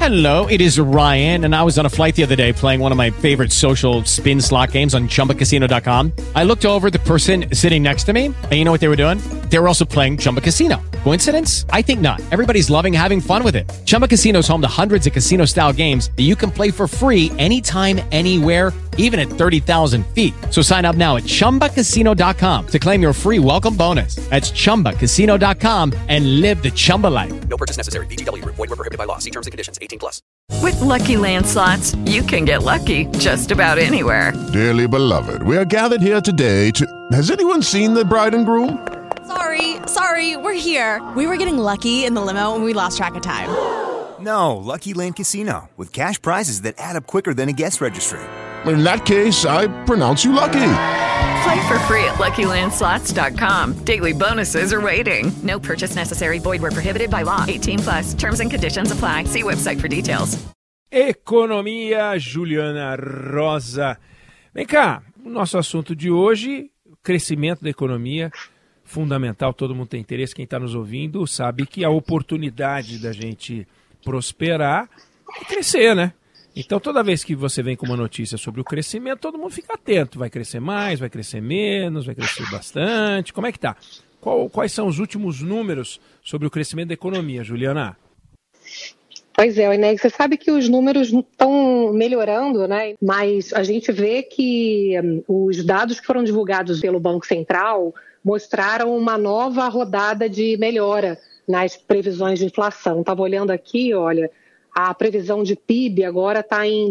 Hello, it is Ryan, and I was on a flight the other day playing one of my favorite social spin slot games on ChumbaCasino.com. I looked over at the person sitting next to me, and you know what they were doing? They were also playing Chumba Casino. Coincidence? I think not. Everybody's loving having fun with it. Chumba Casino is home to hundreds of casino-style games that you can play for free anytime, anywhere, even at 30,000 feet. So sign up now at ChumbaCasino.com to claim your free welcome bonus. That's ChumbaCasino.com and live the Chumba life. No purchase necessary. VGW. Void where prohibited by law. See terms and conditions. 18+. With Lucky Land Slots, you can get lucky just about anywhere. Dearly beloved, we are gathered here today to... Has anyone seen the bride and groom? Sorry, we're here. We were getting lucky in the limo and we lost track of time. No, Lucky Land Casino, with cash prizes that add up quicker than a guest registry. In that case, I pronounce you lucky. Play for free at LuckyLandSlots.com. Daily bonuses are waiting. No purchase necessary. Void where prohibited by law. 18+. Terms and conditions apply. See website for details. Economia, Juliana Rosa. Vem cá, o nosso assunto de hoje, crescimento da economia, fundamental, todo mundo tem interesse, quem está nos ouvindo sabe que a oportunidade da gente prosperar é crescer, né? Então, toda vez que você vem com uma notícia sobre o crescimento, todo mundo fica atento. Vai crescer mais, vai crescer menos, vai crescer bastante. Como é que tá? Quais são os últimos números sobre o crescimento da economia, Juliana? Pois é, Ineg, você sabe que os números estão melhorando, né? Mas a gente vê que os dados que foram divulgados pelo Banco Central mostraram uma nova rodada de melhora nas previsões de inflação. Estava olhando aqui, olha... A previsão de PIB agora está em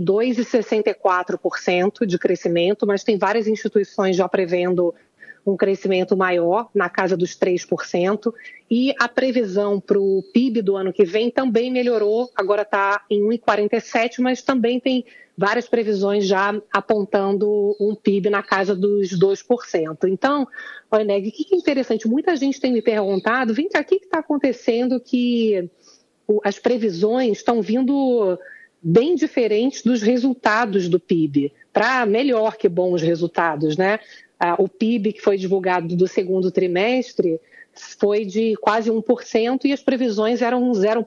2,64% de crescimento, mas tem várias instituições já prevendo um crescimento maior, na casa dos 3%. E a previsão para o PIB do ano que vem também melhorou, agora está em 1,47%, mas também tem várias previsões já apontando um PIB na casa dos 2%. Então, Neg, o que é interessante? Muita gente tem me perguntado, vem cá, o que está acontecendo que... As previsões estão vindo bem diferentes dos resultados do PIB, para melhor que bons resultados, né? O PIB que foi divulgado do segundo trimestre foi de quase 1% e as previsões era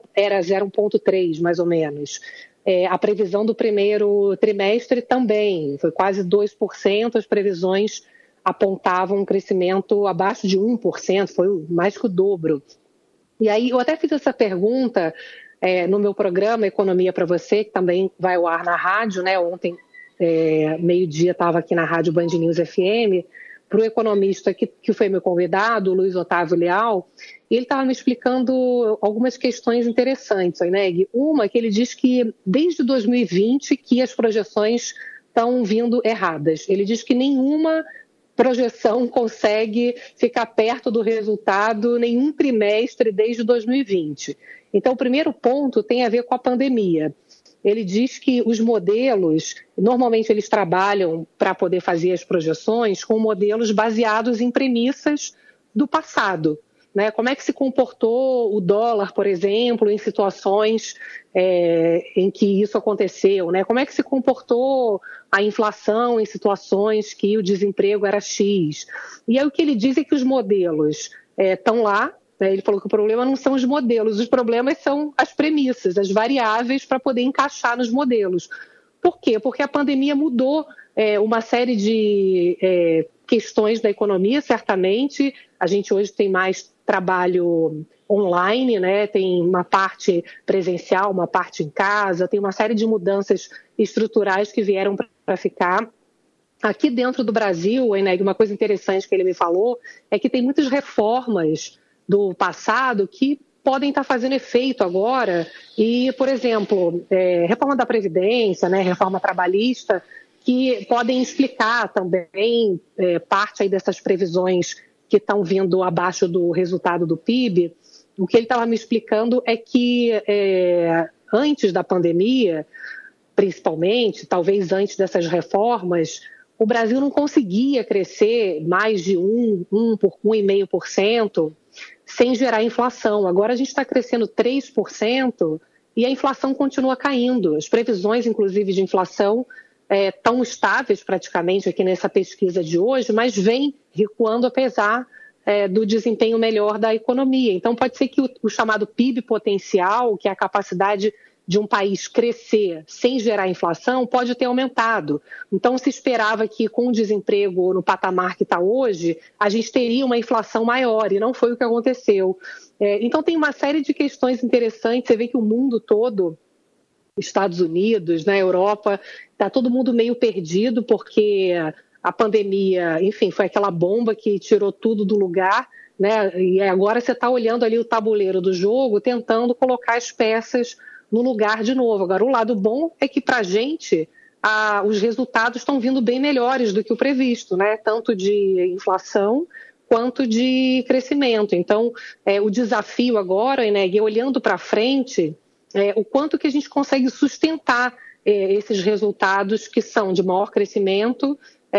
0,3%, mais ou menos. A previsão do primeiro trimestre também foi quase 2%, as previsões apontavam um crescimento abaixo de 1%, foi mais que o dobro. E aí eu até fiz essa pergunta no meu programa Economia para Você, que também vai ao ar na rádio, né? Ontem, meio-dia, estava aqui na rádio Band News FM, para o economista que foi meu convidado, o Luiz Otávio Leal, e ele estava me explicando algumas questões interessantes, né? Uma que ele diz que desde 2020 que as projeções estão vindo erradas. Ele diz que nenhuma projeção consegue ficar perto do resultado nenhum trimestre desde 2020. Então, o primeiro ponto tem a ver com a pandemia. Ele diz que os modelos, normalmente eles trabalham para poder fazer as projeções com modelos baseados em premissas do passado, né? Como é que se comportou o dólar, por exemplo, em situações em que isso aconteceu, né? Como é que se comportou a inflação em situações que o desemprego era X? E aí o que ele diz é que os modelos estão lá, né? Ele falou que o problema não são os modelos, os problemas são as premissas, as variáveis para poder encaixar nos modelos. Por quê? Porque a pandemia mudou uma série de questões da economia, certamente. A gente hoje tem mais trabalho online, né? Tem uma parte presencial, uma parte em casa, tem uma série de mudanças estruturais que vieram para ficar. Aqui dentro do Brasil, Eneg, uma coisa interessante que ele me falou é que tem muitas reformas do passado que podem estar fazendo efeito agora e, por exemplo, reforma da Previdência, né, reforma trabalhista, que podem explicar também parte aí dessas previsões que estão vindo abaixo do resultado do PIB. O que ele estava me explicando é que antes da pandemia, principalmente, talvez antes dessas reformas, o Brasil não conseguia crescer mais de 1,5% sem gerar inflação. Agora a gente está crescendo 3% e a inflação continua caindo. As previsões, inclusive, de inflação estão estáveis praticamente aqui nessa pesquisa de hoje, mas vem recuando apesar do desempenho melhor da economia. Então pode ser que o chamado PIB potencial, que é a capacidade de um país crescer sem gerar inflação pode ter aumentado. Então, se esperava que com o desemprego no patamar que está hoje, a gente teria uma inflação maior, e não foi o que aconteceu. Então, tem uma série de questões interessantes. Você vê que o mundo todo, Estados Unidos, na Europa, está todo mundo meio perdido, porque a pandemia, enfim, foi aquela bomba que tirou tudo do lugar, né? E agora você está olhando ali o tabuleiro do jogo, tentando colocar as peças no lugar de novo. Agora, o lado bom é que, para a gente, os resultados estão vindo bem melhores do que o previsto, né? Tanto de inflação quanto de crescimento. Então, o desafio agora, né, olhando para frente, o quanto que a gente consegue sustentar esses resultados que são de maior crescimento,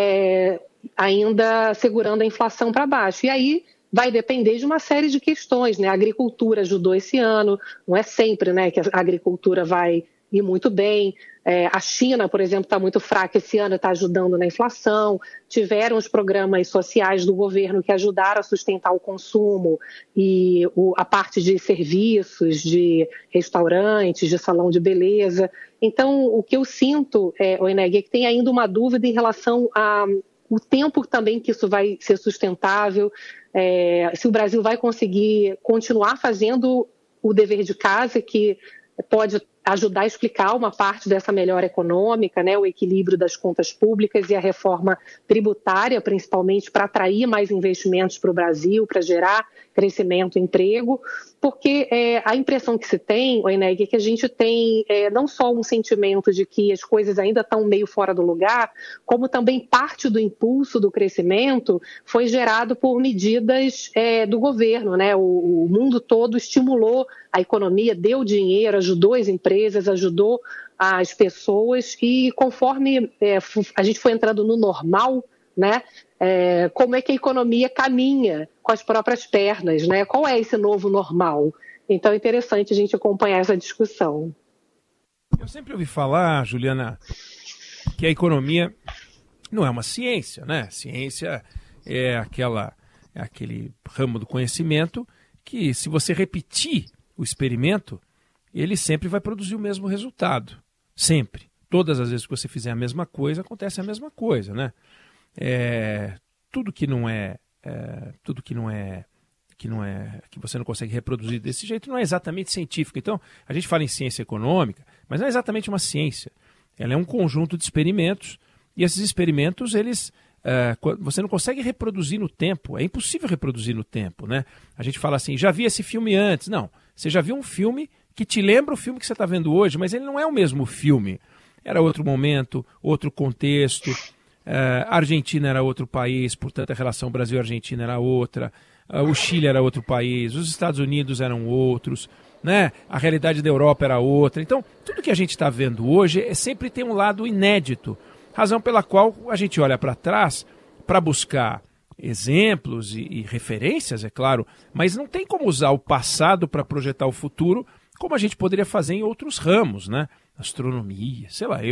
ainda segurando a inflação para baixo. E aí vai depender de uma série de questões, né? A agricultura ajudou esse ano, não é sempre, né, que a agricultura vai ir muito bem. A China, por exemplo, está muito fraca esse ano, está ajudando na inflação. Tiveram os programas sociais do governo que ajudaram a sustentar o consumo e a parte de serviços, de restaurantes, de salão de beleza. Então, o que eu sinto, Oineg, é que tem ainda uma dúvida em relação ao tempo também que isso vai ser sustentável, se o Brasil vai conseguir continuar fazendo o dever de casa, que pode ajudar a explicar uma parte dessa melhora econômica, né, o equilíbrio das contas públicas e a reforma tributária, principalmente para atrair mais investimentos para o Brasil, para gerar crescimento e emprego, porque a impressão que se tem, Oineg, é que a gente tem não só um sentimento de que as coisas ainda estão meio fora do lugar, como também parte do impulso do crescimento foi gerado por medidas do governo, né? O mundo todo estimulou a economia, deu dinheiro, ajudou as empresas, ajudou as pessoas, e conforme a gente foi entrando no normal, né? Como é que a economia caminha com as próprias pernas, né? Qual é esse novo normal? Então é interessante a gente acompanhar essa discussão. Eu sempre ouvi falar, Juliana, que a economia não é uma ciência, né? Ciência é aquele ramo do conhecimento que, se você repetir o experimento, ele sempre vai produzir o mesmo resultado. Sempre. Todas as vezes que você fizer a mesma coisa, acontece a mesma coisa, né? Tudo que você não consegue reproduzir desse jeito não é exatamente científico. Então, a gente fala em ciência econômica, mas não é exatamente uma ciência. Ela é um conjunto de experimentos, e esses experimentos, você não consegue reproduzir no tempo. É impossível reproduzir no tempo, né? A gente fala assim, já vi esse filme antes. Não, você já viu um filme que te lembra o filme que você está vendo hoje, mas ele não é o mesmo filme. Era outro momento, outro contexto. A Argentina era outro país, portanto a relação Brasil-Argentina era outra. O Chile era outro país, os Estados Unidos eram outros, né? A realidade da Europa era outra. Então, tudo que a gente está vendo hoje sempre tem um lado inédito, razão pela qual a gente olha para trás para buscar exemplos e referências, é claro, mas não tem como usar o passado para projetar o futuro, como a gente poderia fazer em outros ramos, né? Astronomia,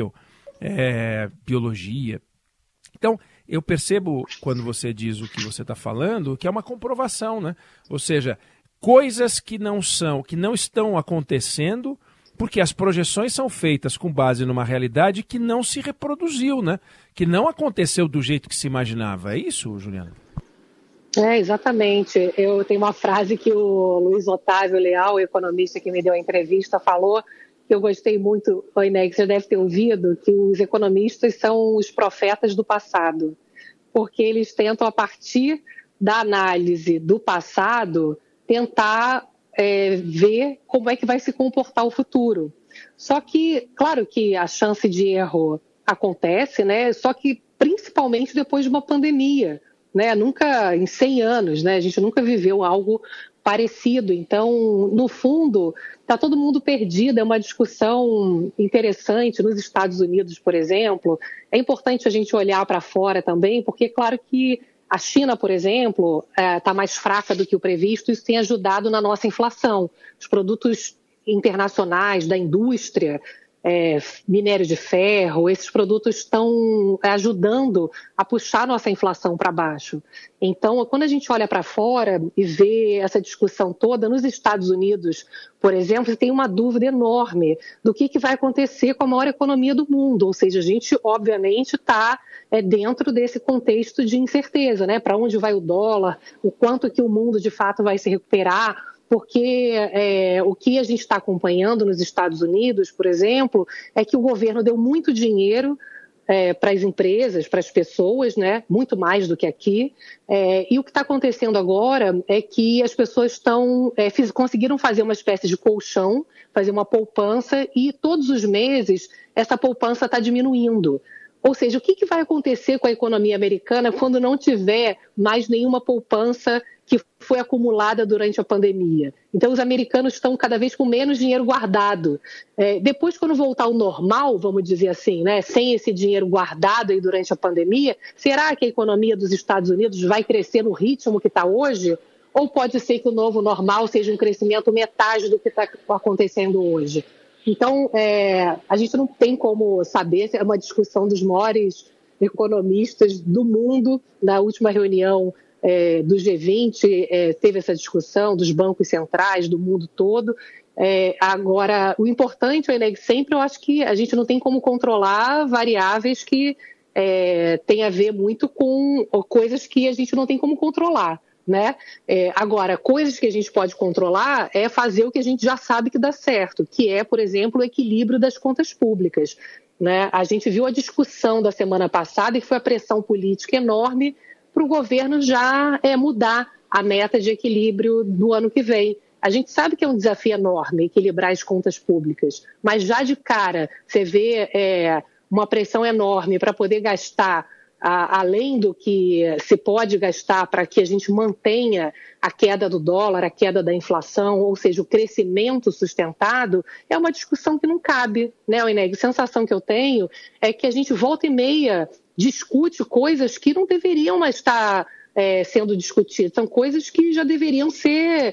biologia. Então, eu percebo, quando você diz o que você está falando, que é uma comprovação, né? Ou seja, coisas que não estão acontecendo, porque as projeções são feitas com base numa realidade que não se reproduziu, né? Que não aconteceu do jeito que se imaginava. É isso, Juliana? Exatamente. Eu tenho uma frase que o Luiz Otávio Leal, o economista que me deu a entrevista, falou, que eu gostei muito, Oineg, você deve ter ouvido, que os economistas são os profetas do passado, porque eles tentam, a partir da análise do passado, tentar ver como é que vai se comportar o futuro. Só que, claro que a chance de erro acontece, né? Só que principalmente depois de uma pandemia, né? Nunca, em 100 anos, né? A gente nunca viveu algo parecido. Então, no fundo, está todo mundo perdido. É uma discussão interessante. Nos Estados Unidos, por exemplo, é importante a gente olhar para fora também, porque, claro que a China, por exemplo, está mais fraca do que o previsto. Isso tem ajudado na nossa inflação. Os produtos internacionais da indústria minério de ferro, esses produtos estão ajudando a puxar nossa inflação para baixo. Então, quando a gente olha para fora e vê essa discussão toda, nos Estados Unidos, por exemplo, tem uma dúvida enorme do que vai acontecer com a maior economia do mundo. Ou seja, a gente, obviamente, está dentro desse contexto de incerteza, né? Para onde vai o dólar, o quanto que o mundo, de fato, vai se recuperar. Porque o que a gente está acompanhando nos Estados Unidos, por exemplo, é que o governo deu muito dinheiro para as empresas, para as pessoas, né? Muito mais do que aqui. E o que está acontecendo agora é que as pessoas conseguiram fazer uma espécie de colchão, fazer uma poupança, e todos os meses essa poupança está diminuindo. Ou seja, o que vai acontecer com a economia americana quando não tiver mais nenhuma poupança que foi acumulada durante a pandemia? Então, os americanos estão cada vez com menos dinheiro guardado. Depois, quando voltar ao normal, vamos dizer assim, né, sem esse dinheiro guardado aí durante a pandemia, será que a economia dos Estados Unidos vai crescer no ritmo que está hoje? Ou pode ser que o novo normal seja um crescimento metade do que está acontecendo hoje? Então, a gente não tem como saber, é uma discussão dos maiores economistas do mundo. Na última reunião do G20, teve essa discussão dos bancos centrais do mundo todo. Agora, o importante, sempre eu acho que a gente não tem como controlar variáveis que têm a ver muito com coisas que a gente não tem como controlar. Né? Agora, coisas que a gente pode controlar é fazer o que a gente já sabe que dá certo, que é, por exemplo, o equilíbrio das contas públicas. Né? A gente viu a discussão da semana passada e foi a pressão política enorme para o governo já mudar a meta de equilíbrio do ano que vem. A gente sabe que é um desafio enorme equilibrar as contas públicas, mas já de cara você vê uma pressão enorme para poder gastar além do que se pode gastar para que a gente mantenha a queda do dólar, a queda da inflação, ou seja, o crescimento sustentado, é uma discussão que não cabe, né, Oineg? A sensação que eu tenho é que a gente volta e meia discute coisas que não deveriam mais estar sendo discutidas, são coisas que já deveriam ser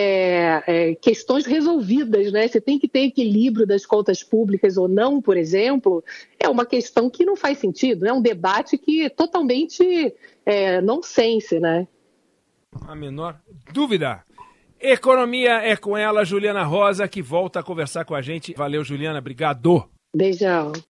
questões resolvidas, né? Você tem que ter equilíbrio das contas públicas ou não, por exemplo, é uma questão que não faz sentido, é um debate que é totalmente nonsense, né? A menor dúvida. Economia é com ela, Juliana Rosa, que volta a conversar com a gente. Valeu, Juliana, obrigado. Beijão.